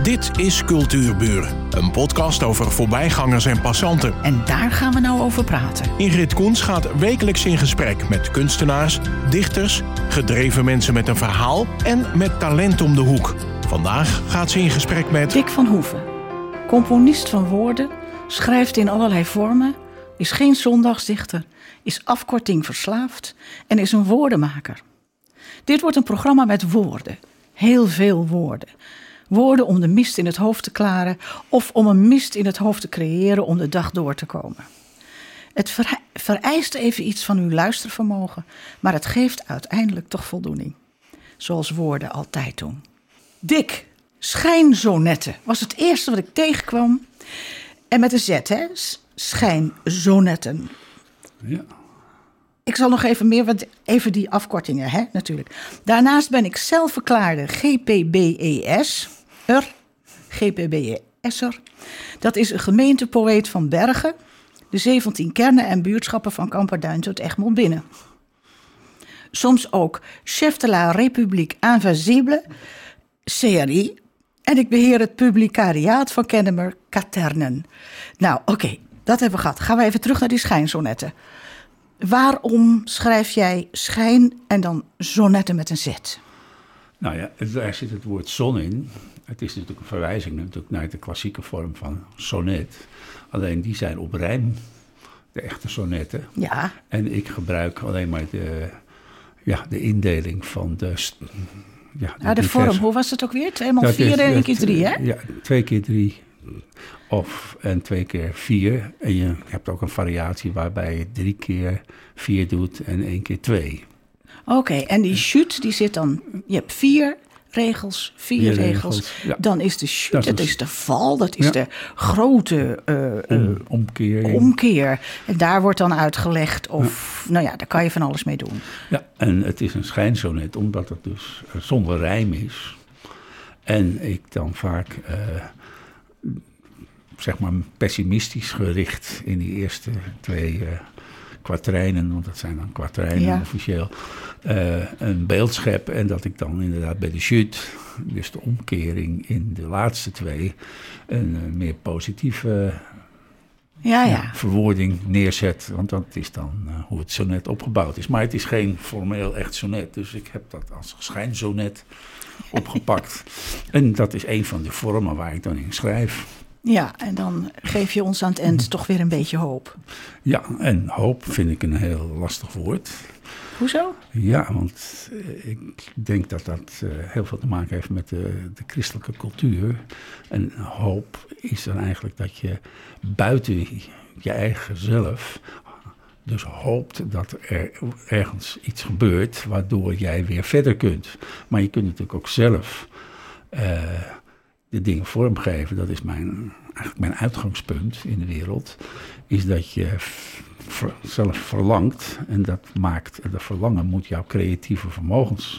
Dit is Cultuurburen, een podcast over voorbijgangers en passanten. En daar gaan we nou over praten. Ingrid Koens gaat wekelijks in gesprek met kunstenaars, dichters, gedreven mensen met een verhaal en met talent om de hoek. Vandaag gaat ze in gesprek met Dick van Hoeven, componist van woorden, schrijft in allerlei vormen, is geen zondagsdichter, is afkorting verslaafd en is een woordenmaker. Dit wordt een programma met woorden, heel veel woorden. Woorden om de mist in het hoofd te klaren of om een mist in het hoofd te creëren om de dag door te komen. Het vereist even iets van uw luistervermogen, maar het geeft uiteindelijk toch voldoening. Zoals woorden altijd doen. Dick, schijnzonetten was het eerste wat ik tegenkwam. En met een Z, hè? Schijnzonetten. Ja. Ik zal nog even meer, want even die afkortingen, hè, natuurlijk. Daarnaast ben ik zelfverklaarde GPBES'er. Dat is een gemeentepoëet van Bergen. De 17 kernen en buurtschappen van Kamperduin tot Egmond binnen. Soms ook chef de la République Invisible, CRI. En ik beheer het publicariaat van Kennemer, Katernen. Nou, oké, dat hebben we gehad. Gaan we even terug naar die schijnzonetten. Waarom schrijf jij schijn en dan zonetten met een Z? Nou ja, daar zit het woord zon in. Het is natuurlijk een verwijzing naar de klassieke vorm van sonnet. Alleen die zijn op rijm, de echte sonetten. Ja. En ik gebruik alleen maar de indeling van de vorm, hoe was het ook weer? 2 x 4 en 1 keer 3, hè? Ja, 2 keer 3 en 2 keer 4. En je hebt ook een variatie waarbij je 3 keer 4 doet en 1 keer 2. Oké, en die chute, die zit dan... Je hebt 4 regels, 4 regels. Ja. Dan is de chute, dat is de val, dat is de grote omkeer. En daar wordt dan uitgelegd of... Nou ja, daar kan je van alles mee doen. Ja, en het is een schijnzonet, omdat het dus zonder rijm is. En ik dan vaak... zeg maar pessimistisch gericht in die eerste 2 kwatrijnen, want dat zijn dan kwatrijnen officieel, een beeld schep en dat ik dan inderdaad bij de chute, dus de omkering in de laatste 2, een meer positieve verwoording neerzet, want dat is dan hoe het sonnet opgebouwd is. Maar het is geen formeel echt sonnet, dus ik heb dat als schijnzonet opgepakt. En dat is een van de vormen waar ik dan in schrijf. Ja, en dan geef je ons aan het eind toch weer een beetje hoop. Ja, en hoop vind ik een heel lastig woord. Hoezo? Ja, want ik denk dat dat heel veel te maken heeft met de christelijke cultuur. En hoop is dan eigenlijk dat je buiten je eigen zelf... dus hoopt dat er ergens iets gebeurt waardoor jij weer verder kunt. Maar je kunt natuurlijk ook zelf... de dingen vormgeven, dat is eigenlijk mijn uitgangspunt in de wereld, is dat je zelf verlangt en dat verlangen moet jouw creatieve vermogens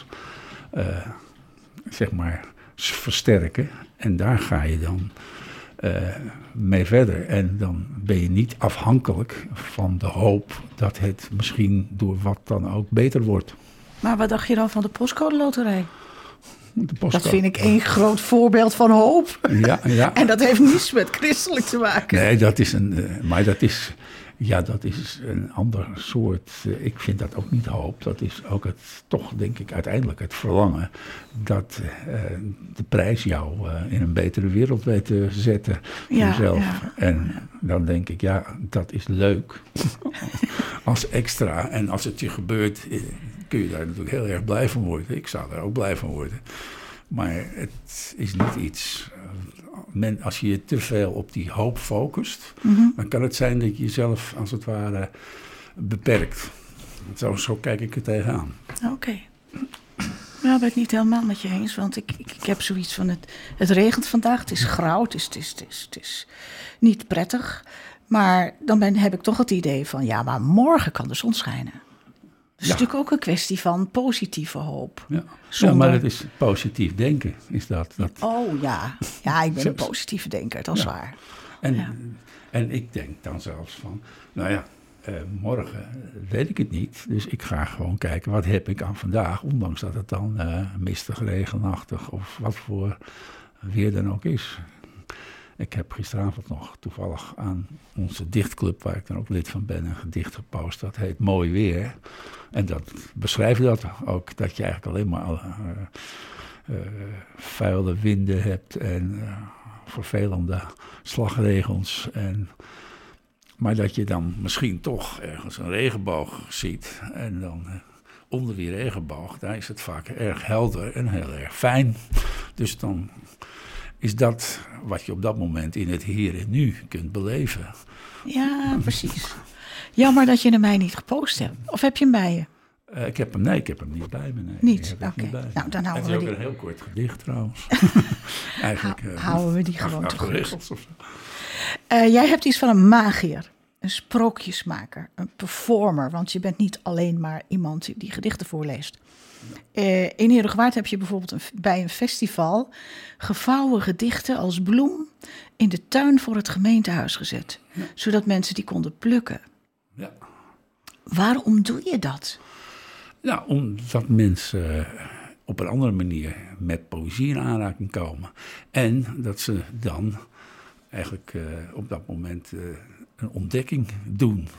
versterken en daar ga je dan mee verder en dan ben je niet afhankelijk van de hoop dat het misschien door wat dan ook beter wordt. Maar wat dacht je dan van de postcode loterij? Dat vind ik een groot voorbeeld van hoop. Ja. En dat heeft niets met christelijk te maken. Nee, dat is een ander soort. Ik vind dat ook niet hoop. Dat is ook toch denk ik uiteindelijk het verlangen dat de prijs jou in een betere wereld weet te zetten. Jezelf. Ja. En dan denk ik, dat is leuk. Als extra. En als het je gebeurt... kun je daar natuurlijk heel erg blij van worden. Ik zou daar ook blij van worden. Maar het is niet iets... als je je te veel op die hoop focust... dan kan het zijn dat je jezelf als het ware beperkt. Zo kijk ik er tegenaan. Oké. Ja, ben ik niet helemaal met je eens. Want ik heb zoiets van... Het regent vandaag, het is grauw, het is niet prettig. Maar dan heb ik toch het idee van... maar morgen kan de zon schijnen. Het is natuurlijk ook een kwestie van positieve hoop. Ja, maar het is positief denken, is dat. Oh ja, ik ben een positieve denker, dat is waar. En ik denk dan zelfs van, morgen weet ik het niet. Dus ik ga gewoon kijken, wat heb ik aan vandaag? Ondanks dat het dan mistig, regenachtig of wat voor wie er dan ook is. Ik heb gisteravond nog toevallig aan onze dichtclub, waar ik dan ook lid van ben, een gedicht gepost. Dat heet Mooi Weer. En dat beschrijft dat ook, dat je eigenlijk alleen maar vuile winden hebt en vervelende slagregens. Maar dat je dan misschien toch ergens een regenboog ziet. En dan onder die regenboog, daar is het vaak erg helder en heel erg fijn. Dus dan is dat wat je op dat moment in het hier en nu kunt beleven. Ja, precies. Jammer dat je hem mij niet gepost hebt. Of heb je hem bij je? Ik heb hem niet bij me. Nee. Niet? Oké. Nou, dan houden we Het die. is ook een heel kort gedicht trouwens. Eigenlijk houden we die gewoon te goed. regels of zo. Jij hebt iets van een magier, een sprookjesmaker, een performer. Want je bent niet alleen maar iemand die gedichten voorleest. In Heerhugowaard heb je bijvoorbeeld bij een festival gevouwen gedichten als bloem in de tuin voor het gemeentehuis gezet. Ja. Zodat mensen die konden plukken. Ja. Waarom doe je dat? Nou, omdat mensen op een andere manier met poëzie in aanraking komen. En dat ze dan eigenlijk op dat moment een ontdekking doen.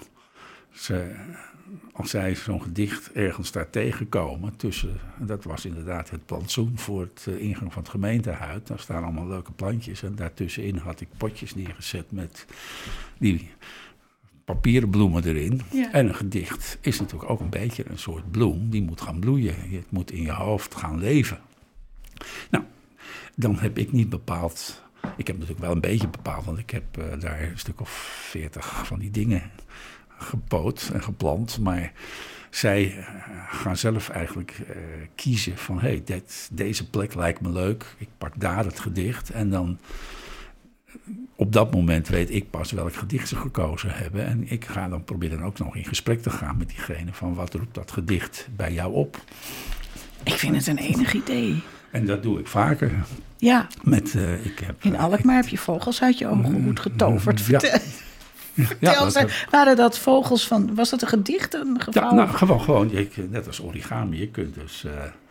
Als zij zo'n gedicht ergens daar tegenkomen, dat was inderdaad het plantsoen voor het ingang van het gemeentehuis. Daar staan allemaal leuke plantjes en daartussenin had ik potjes neergezet met die papieren bloemen erin. Ja. En een gedicht is natuurlijk ook een beetje een soort bloem, die moet gaan bloeien. Het moet in je hoofd gaan leven. Nou, dan heb ik niet bepaald. Ik heb natuurlijk wel een beetje bepaald, want ik heb daar een stuk of 40 van die dingen gepoot en geplant. Maar zij gaan zelf eigenlijk kiezen van deze plek lijkt me leuk. Ik pak daar het gedicht en dan op dat moment weet ik pas welk gedicht ze gekozen hebben. En ik ga dan proberen ook nog in gesprek te gaan met diegene van wat roept dat gedicht bij jou op. Ik vind het een enig idee. En dat doe ik vaker. Ja. In Alkmaar heb je vogels uit je ogenhoed getoverd. Ja. Waren dat vogels van, was dat een gedicht, een gevouwen? Ja, nou, gewoon net als origami. Je kunt dus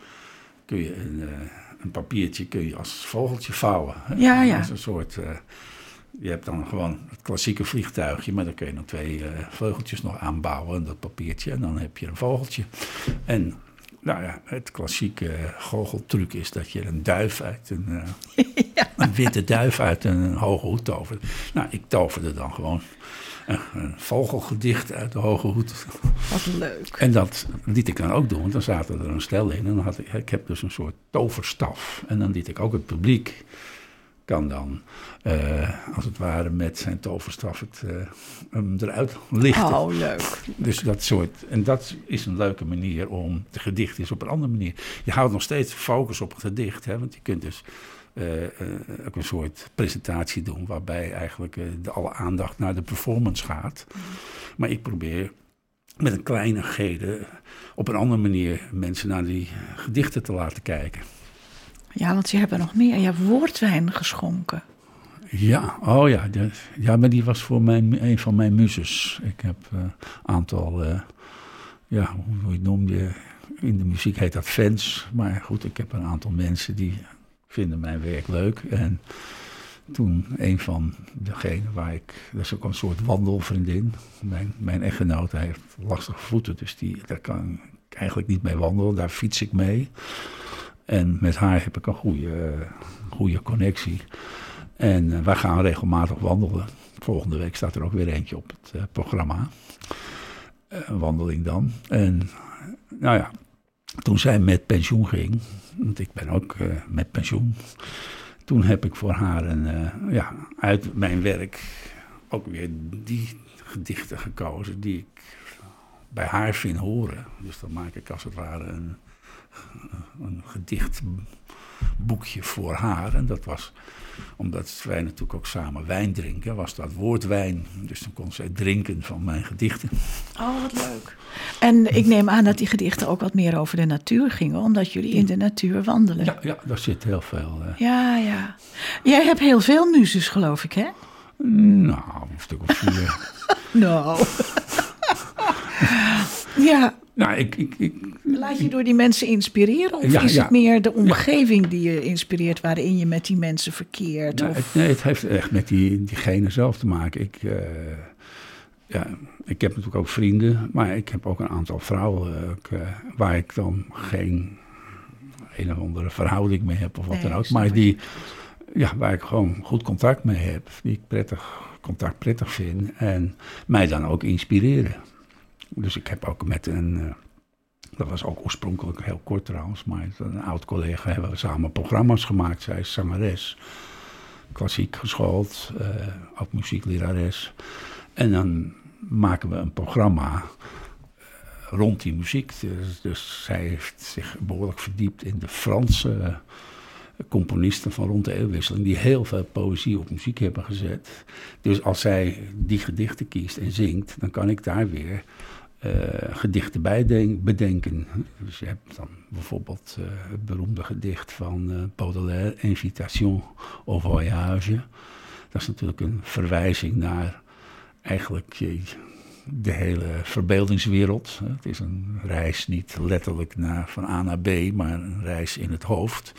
een papiertje kun je als vogeltje vouwen. Hè? Ja, ja. Dat is een soort. Je hebt dan gewoon het klassieke vliegtuigje, maar dan kun je nog 2 vleugeltjes nog aanbouwen en dat papiertje en dan heb je een vogeltje. En nou ja, het klassieke goocheltruc is dat je een duif uit een witte duif uit een hoge hoed tovert. Nou, ik toverde dan gewoon een vogelgedicht uit de hoge hoed. Wat leuk. En dat liet ik dan ook doen, want dan zaten er een stel in. En dan ik heb dus een soort toverstaf. En dan liet ik ook het publiek kan dan, als het ware, met zijn toverstaf hem eruit lichten. Oh, leuk. Dus dat soort, en dat is een leuke manier om, de gedicht is op een andere manier. Je houdt nog steeds focus op het gedicht, hè, want je kunt dus ook een soort presentatie doen waarbij eigenlijk alle aandacht naar de performance gaat. Maar ik probeer met een kleinigheden op een andere manier mensen naar die gedichten te laten kijken. Ja, want je hebt er nog meer. Je hebt woordwijn geschonken. Ja, oh ja. Ja, maar die was voor een van mijn muzes. Ik heb een aantal, hoe je het noemde, in de muziek heet dat fans. Maar goed, ik heb een aantal mensen die vinden mijn werk leuk. En toen een van degenen dat is ook een soort wandelvriendin. Mijn echtgenote heeft lastige voeten, dus daar kan ik eigenlijk niet mee wandelen. Daar fiets ik mee. En met haar heb ik een goede connectie. En wij gaan regelmatig wandelen. Volgende week staat er ook weer eentje op het programma. Een wandeling dan. En nou ja, toen zij met pensioen ging, want ik ben ook met pensioen. Toen heb ik voor haar uit mijn werk ook weer die gedichten gekozen die ik bij haar vind horen. Dus dan maak ik als het ware een gedichtboekje voor haar. En dat was, omdat wij natuurlijk ook samen wijn drinken, was dat woordwijn. Dus dan kon zij drinken van mijn gedichten. Oh, wat leuk. En ik neem aan dat die gedichten ook wat meer over de natuur gingen, omdat jullie in de natuur wandelen. Ja, daar zit heel veel. Ja. Jij hebt heel veel muzes, geloof ik, hè? Nou, een stuk of 4. Nou. Ja. Nou, Laat je door die mensen inspireren? Of is het meer de omgeving die je inspireert, waarin je met die mensen verkeert? Nou, het heeft echt met diegene zelf te maken. Ik heb natuurlijk ook vrienden, maar ik heb ook een aantal vrouwen waar ik dan geen een of andere verhouding mee heb of wat dan ook. Maar waar ik gewoon goed contact mee heb, die ik prettig vind en mij dan ook inspireren. Dus ik heb ook met dat was ook oorspronkelijk heel kort trouwens, maar een oud collega hebben we samen programma's gemaakt. Zij is zangeres, klassiek geschoold, ook muzieklerares. En dan maken we een programma rond die muziek. Dus zij heeft zich behoorlijk verdiept in de Franse componisten van rond de eeuwwisseling, die heel veel poëzie op muziek hebben gezet. Dus als zij die gedichten kiest en zingt, dan kan ik daar weer gedichten bij bedenken. Dus je hebt dan bijvoorbeeld het beroemde gedicht van Baudelaire, Invitation au voyage. Dat is natuurlijk een verwijzing naar eigenlijk de hele verbeeldingswereld. Het is een reis niet letterlijk van A naar B, maar een reis in het hoofd.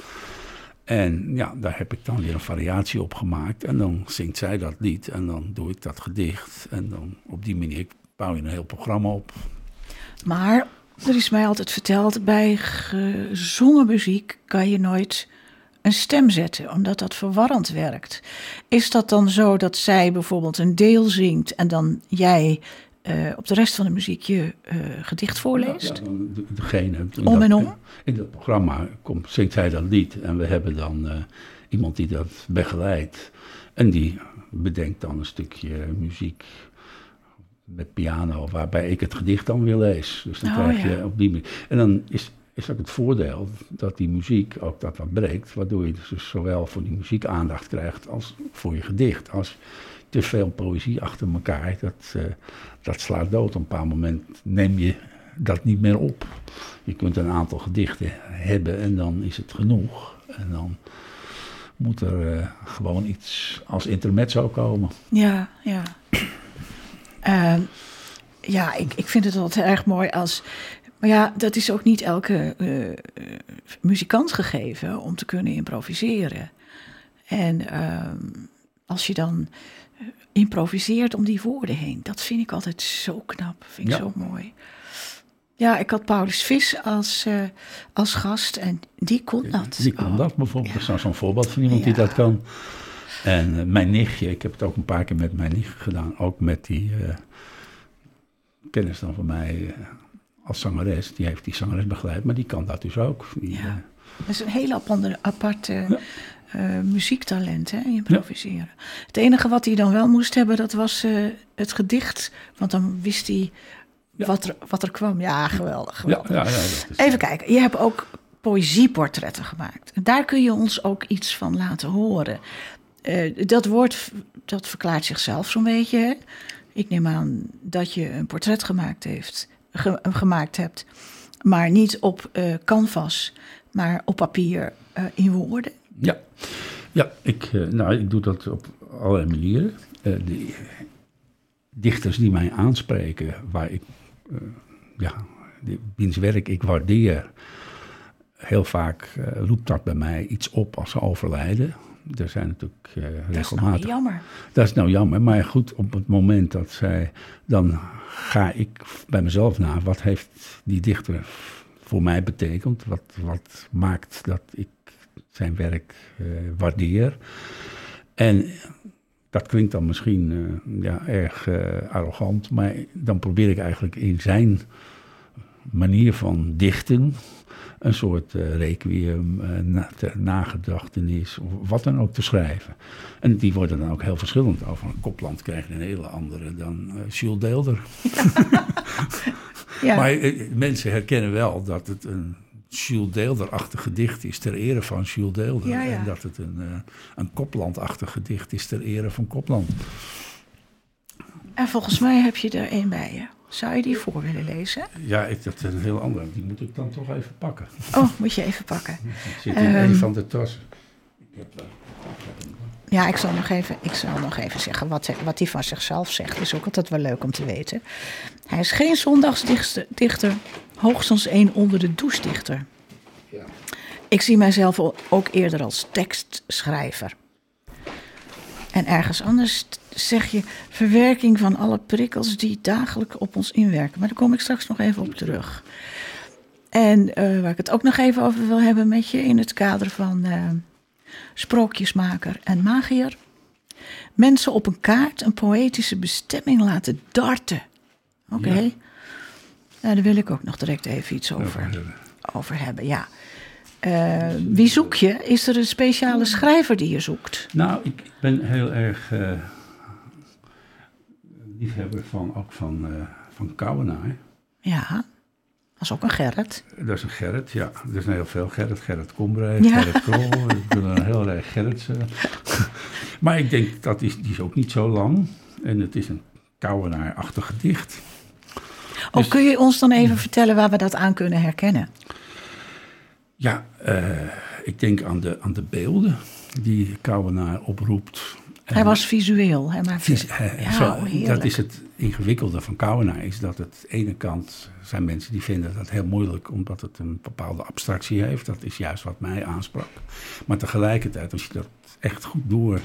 En ja, daar heb ik dan weer een variatie op gemaakt. En dan zingt zij dat lied en dan doe ik dat gedicht. En dan op die manier bouw je een heel programma op. Maar er is mij altijd verteld, bij gezongen muziek kan je nooit een stem zetten, omdat dat verwarrend werkt. Is dat dan zo dat zij bijvoorbeeld een deel zingt en dan jij op de rest van de muziek je gedicht voorleest? Ja, degene. Om en om? In dat programma zingt zij dat lied en we hebben dan iemand die dat begeleidt. En die bedenkt dan een stukje muziek met piano, waarbij ik het gedicht dan weer lees. Dus dan krijg je op die manier. En dan is ook het voordeel dat die muziek ook dat breekt, waardoor je dus zowel voor die muziek aandacht krijgt als voor je gedicht. Als te veel poëzie achter elkaar, dat slaat dood. Op een bepaald moment neem je dat niet meer op. Je kunt een aantal gedichten hebben en dan is het genoeg. En dan moet er gewoon iets als intermezzo komen. Ja. Ik vind het altijd erg mooi als... Maar ja, dat is ook niet elke muzikant gegeven om te kunnen improviseren. En als je dan improviseert om die woorden heen, dat vind ik altijd zo knap, vind ik zo mooi. Ja, ik had Paulus Vis als gast en die kon dat. Die kon dat bijvoorbeeld. Dat is zo'n voorbeeld van iemand die dat kan. En mijn nichtje, ik heb het ook een paar keer met mijn nicht gedaan, ook met die kennis dan van mij als zangeres. Die heeft die zangeres begeleid, maar die kan dat dus ook. Dat is een hele aparte muziektalent, hè, improviseren. Ja. Het enige wat hij dan wel moest hebben, dat was het gedicht. Want dan wist hij wat er kwam. Ja, geweldig. Ja, even kijken, je hebt ook poëzieportretten gemaakt. En daar kun je ons ook iets van laten horen. Dat woord, dat verklaart zichzelf zo'n beetje. Hè? Ik neem aan dat je een portret gemaakt hebt, maar niet op canvas, maar op papier in woorden. Ja, ik doe dat op allerlei manieren. De dichters die mij aanspreken, waar ik, wiens werk ik waardeer, heel vaak roept dat bij mij iets op als ze overlijden. Er zijn natuurlijk regelmatig... Dat is nou jammer, maar goed, op het moment dat zij... Dan ga ik bij mezelf na, wat heeft die dichter voor mij betekend? Wat maakt dat ik zijn werk waardeer? En dat klinkt dan misschien erg arrogant, maar dan probeer ik eigenlijk in zijn manier van dichten een soort requiem, nagedachtenis, of wat dan ook te schrijven. En die worden dan ook heel verschillend. Over een Copland krijg je een hele andere dan Jules Deelder. Ja. Maar mensen herkennen wel dat het een Jules Deelder-achtig gedicht is ter ere van Jules Deelder. Ja. En dat het een Copland-achtig gedicht is ter ere van Copland. En volgens mij heb je er één bij je. Zou je die voor willen lezen? Ja, dat is een heel andere. Die moet ik dan toch even pakken. Oh, moet je even pakken. Het zit in een van de tassen. Ja, ik zal nog even zeggen wat hij van zichzelf zegt. Is ook altijd wel leuk om te weten. Hij is geen zondagsdichter, hoogstens één onder de douchedichter. Ja. Ik zie mijzelf ook eerder als tekstschrijver. En ergens anders zeg je verwerking van alle prikkels die dagelijks op ons inwerken. Maar daar kom ik straks nog even op terug. En waar ik het ook nog even over wil hebben met je in het kader van sprookjesmaker en magier. Mensen op een kaart een poëtische bestemming laten darten. Oké. Ja. Nou, daar wil ik ook nog direct even iets over hebben. Ja. Wie zoek je? Is er een speciale schrijver die je zoekt? Nou, ik ben heel erg liefhebber van Kouwenaar. Ja, dat is ook een Gerrit. Dat is een Gerrit, ja. Er zijn heel veel Gerrit Kombrij, Gerrit Krol. Ik ben een heel erg Gerrit. Maar ik denk, die is ook niet zo lang. En het is een Kouwenaar-achtig gedicht. Dus, kun je ons dan even vertellen waar we dat aan kunnen herkennen? Ja, ik denk aan de beelden die Kouwenaar oproept. Hij was visueel. Dat is het ingewikkelde van Kouwenaar. Is dat het ene kant zijn mensen die vinden dat heel moeilijk, omdat het een bepaalde abstractie heeft. Dat is juist wat mij aansprak. Maar tegelijkertijd, als je dat echt goed door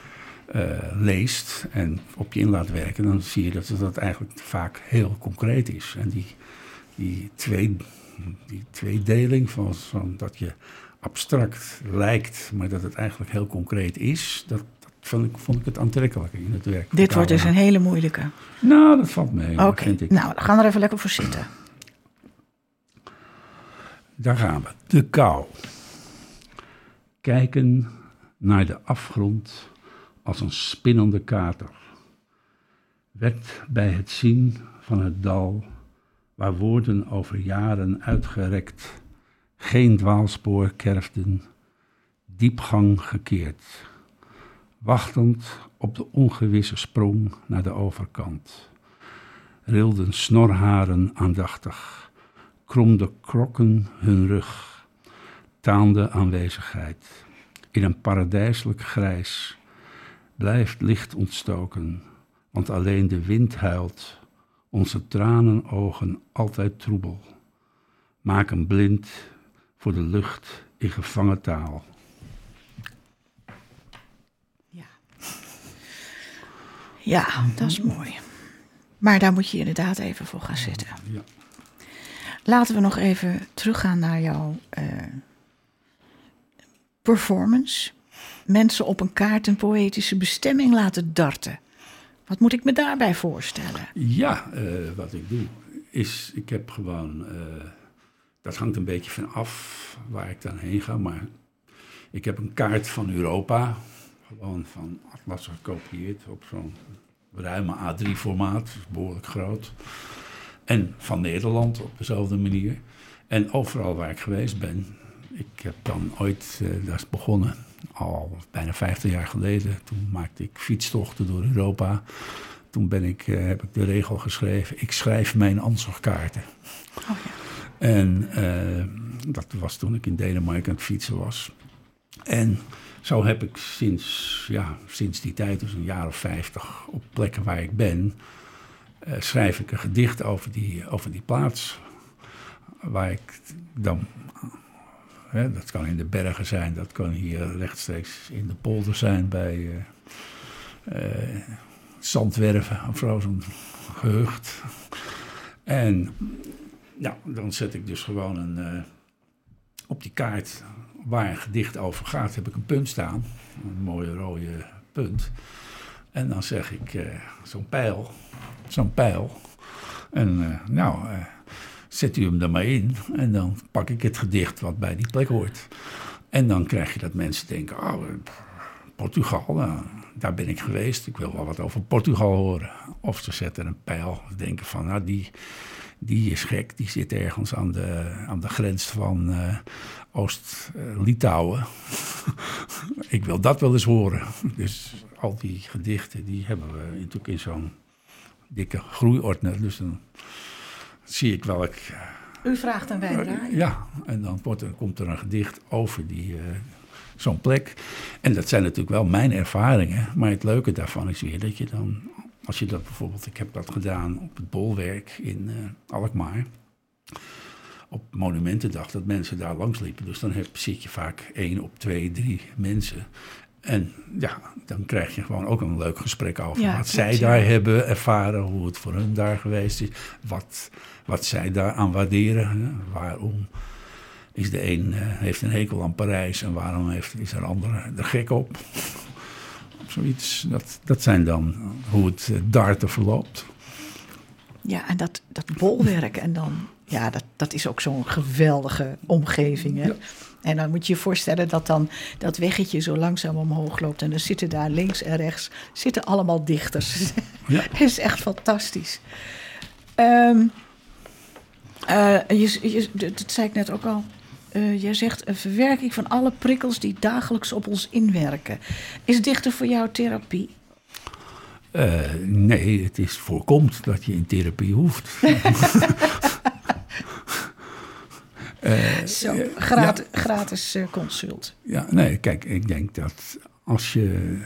leest en op je in laat werken, dan zie je dat dat eigenlijk vaak heel concreet is. En die tweedeling van dat je abstract lijkt, maar dat het eigenlijk heel concreet is, dat vond ik het aantrekkelijker in het werk. Dit wordt dus een hele moeilijke. Nou, dat valt mee. Oké, nou, dan gaan we er even lekker voor zitten. Daar gaan we. De kou. Kijken naar de afgrond als een spinnende kater. Werd bij het zien van het dal, waar woorden over jaren uitgerekt geen dwaalspoor kerfden, diepgang gekeerd. Wachtend op de ongewisse sprong naar de overkant. Rilden snorharen aandachtig, kromde krokken hun rug, taande aanwezigheid. In een paradijselijk grijs blijft licht ontstoken, want alleen de wind huilt, onze tranenogen altijd troebel, maken blind voor de lucht in gevangen taal. Ja, dat is mooi. Maar daar moet je inderdaad even voor gaan zitten. Ja. Laten we nog even teruggaan naar jouw performance. Mensen op een kaart een poëtische bestemming laten darten. Wat moet ik me daarbij voorstellen? Ja, wat ik doe is, ik heb gewoon, dat hangt een beetje van af waar ik dan heen ga, maar ik heb een kaart van Europa, gewoon van atlas gekopieerd op zo'n ruime A3-formaat, dus behoorlijk groot. En van Nederland op dezelfde manier. En overal waar ik geweest ben, ik heb dan ooit, dat is begonnen, al bijna 50 jaar geleden. Toen maakte ik fietstochten door Europa. Toen heb ik de regel geschreven, ik schrijf mijn ansichtkaarten. Oh ja. En dat was toen ik in Denemarken aan het fietsen was. En zo heb ik sinds die tijd, dus een jaar of 50, op plekken waar ik ben, schrijf ik een gedicht over die plaats. Waar ik dan, dat kan in de bergen zijn, dat kan hier rechtstreeks in de polder zijn bij Zandwerven of zo, zo'n gehucht. En dan zet ik dus gewoon op die kaart waar een gedicht over gaat, heb ik een punt staan. Een mooie rode punt. En dan zeg ik zo'n pijl. En zet u hem er maar in. En dan pak ik het gedicht wat bij die plek hoort. En dan krijg je dat mensen denken, Portugal, daar ben ik geweest. Ik wil wel wat over Portugal horen. Of ze zetten een pijl en denken van, die is gek. Die zit ergens aan de grens van Oost-Litouwen. Ik wil dat wel eens horen. Dus al die gedichten, die hebben we natuurlijk in zo'n dikke groeiordner. Dus dan zie ik welk... U vraagt en wij draaien. Ja, en dan komt er een gedicht over zo'n plek. En dat zijn natuurlijk wel mijn ervaringen. Maar het leuke daarvan is weer dat je dan, als je dat bijvoorbeeld, ik heb dat gedaan op het Bolwerk in Alkmaar. Op Monumentendag, dat mensen daar langs liepen. Dus dan zit je vaak 1 op 2, 3 mensen. En ja, dan krijg je gewoon ook een leuk gesprek over wat zij daar hebben ervaren, hoe het voor hun daar geweest is, wat zij daar aan waarderen. Hè? Waarom is de een heeft een hekel aan Parijs en waarom is er andere er gek op? Zoiets, dat zijn dan hoe het darten verloopt. Ja, en dat Bolwerk en dan, ja, dat is ook zo'n geweldige omgeving, hè? Ja. En dan moet je je voorstellen dat dan dat weggetje zo langzaam omhoog loopt. En dan zitten daar links en rechts allemaal dichters. Ja. Het is echt fantastisch. Dat zei ik net ook al. Jij zegt een verwerking van alle prikkels die dagelijks op ons inwerken. Is dichten voor jou therapie? Nee, het is voorkomt dat je in therapie hoeft. Gratis consult. Ja, nee, kijk, ik denk dat als je...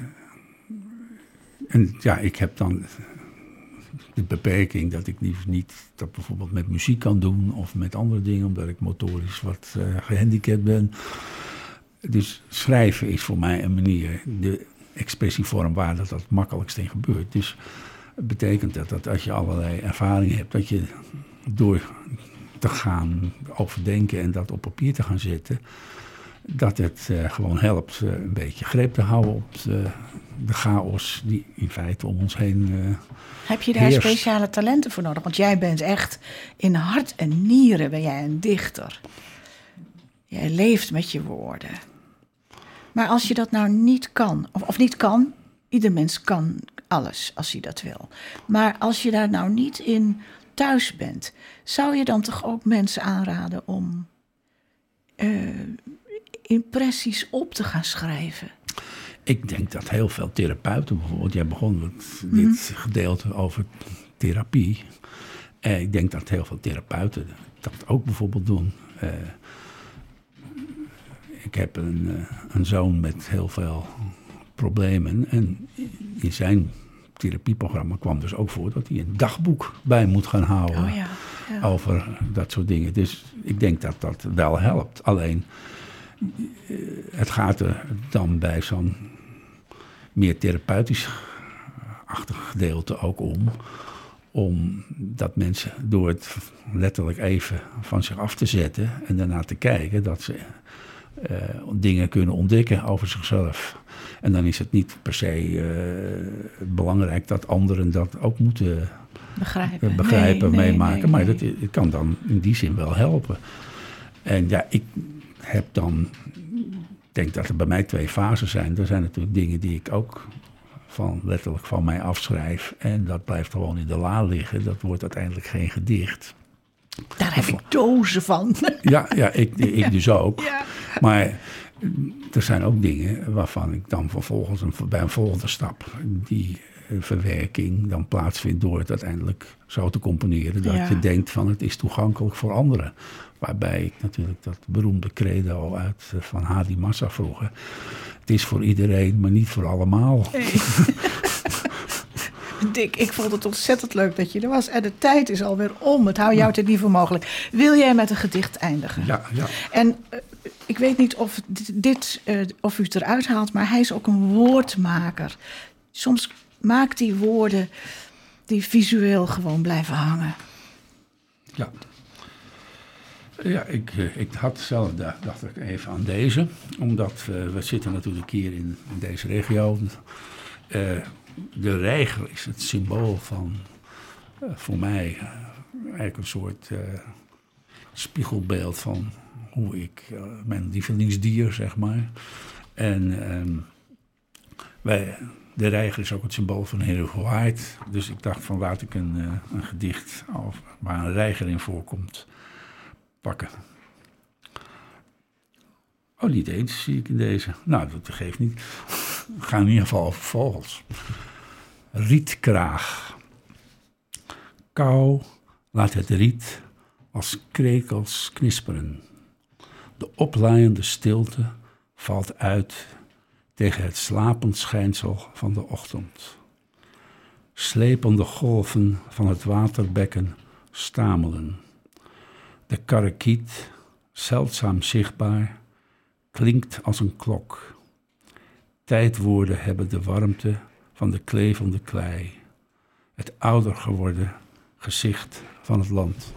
En ja, ik heb dan de beperking dat ik niet dat bijvoorbeeld met muziek kan doen of met andere dingen, omdat ik motorisch wat gehandicapt ben. Dus schrijven is voor mij een manier, de expressievorm waar dat makkelijkst in gebeurt. Dus het betekent dat als je allerlei ervaringen hebt, dat je door te gaan overdenken en dat op papier te gaan zetten, dat het gewoon helpt een beetje greep te houden op de chaos die in feite om ons heen Heb je daar heerst. Speciale talenten voor nodig? Want jij bent echt in hart en nieren ben jij een dichter. Jij leeft met je woorden. Maar als je dat nou niet kan, of niet kan, ieder mens kan alles als hij dat wil. Maar als je daar nou niet in thuis bent, zou je dan toch ook mensen aanraden om impressies op te gaan schrijven? Ik denk dat heel veel therapeuten bijvoorbeeld, jij begon met dit gedeelte over therapie. Ik denk dat heel veel therapeuten dat ook bijvoorbeeld doen. Ik heb een zoon met heel veel problemen en in zijn therapieprogramma kwam dus ook voor dat hij een dagboek bij moet gaan houden over dat soort dingen. Dus ik denk dat dat wel helpt. Alleen, het gaat er dan bij zo'n meer therapeutisch-achtig gedeelte ook om dat mensen door het letterlijk even van zich af te zetten en daarna te kijken, dat ze dingen kunnen ontdekken over zichzelf. En dan is het niet per se belangrijk dat anderen dat ook moeten begrijpen, meemaken. Nee. Maar het kan dan in die zin wel helpen. En ja, ik heb dan, denk dat er bij mij 2 fasen zijn. Er zijn natuurlijk dingen die ik ook letterlijk van mij afschrijf. En dat blijft gewoon in de la liggen. Dat wordt uiteindelijk geen gedicht. Daar heb ik dozen van. Ja, ik dus ook. Ja. Maar er zijn ook dingen waarvan ik dan vervolgens bij een volgende stap die verwerking dan plaatsvindt door het uiteindelijk zo te componeren dat je denkt van het is toegankelijk voor anderen. Waarbij ik natuurlijk dat beroemde credo uit van Hadi Massa vroeger. Het is voor iedereen, maar niet voor allemaal. Nee. Dick, ik vond het ontzettend leuk dat je er was. En de tijd is alweer om. Het hou jou ten niet voor mogelijk. Wil jij met een gedicht eindigen? Ja. En ik weet niet of u het eruit haalt, maar hij is ook een woordmaker. Soms maakt hij woorden die visueel gewoon blijven hangen. Ja. Ja, ik had zelf, dacht ik even aan deze. Omdat we zitten natuurlijk hier in deze regio. De reiger is het symbool van, voor mij, eigenlijk een soort spiegelbeeld van hoe ik, mijn lievelingsdier, zeg maar. En de reiger is ook het symbool van heerlijkheid. Dus ik dacht van laat ik een gedicht waar een reiger in voorkomt pakken. Oh, niet eens zie ik in deze. Nou, dat geeft niet. We gaan in ieder geval over vogels. Rietkraag. Kou laat het riet als krekels knisperen. De oplaaiende stilte valt uit tegen het slapend schijnsel van de ochtend. Slepende golven van het waterbekken stamelen. De karakiet, zeldzaam zichtbaar, klinkt als een klok. Tijdwoorden hebben de warmte van de klevende klei. Het ouder geworden gezicht van het land.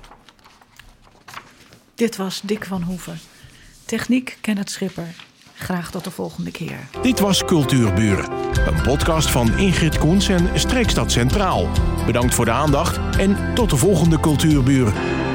Dit was Dick van Hoeven. Techniek Kenneth Schipper. Graag tot de volgende keer. Dit was Cultuurburen, een podcast van Ingrid Koens en Streekstad Centraal. Bedankt voor de aandacht en tot de volgende Cultuurburen.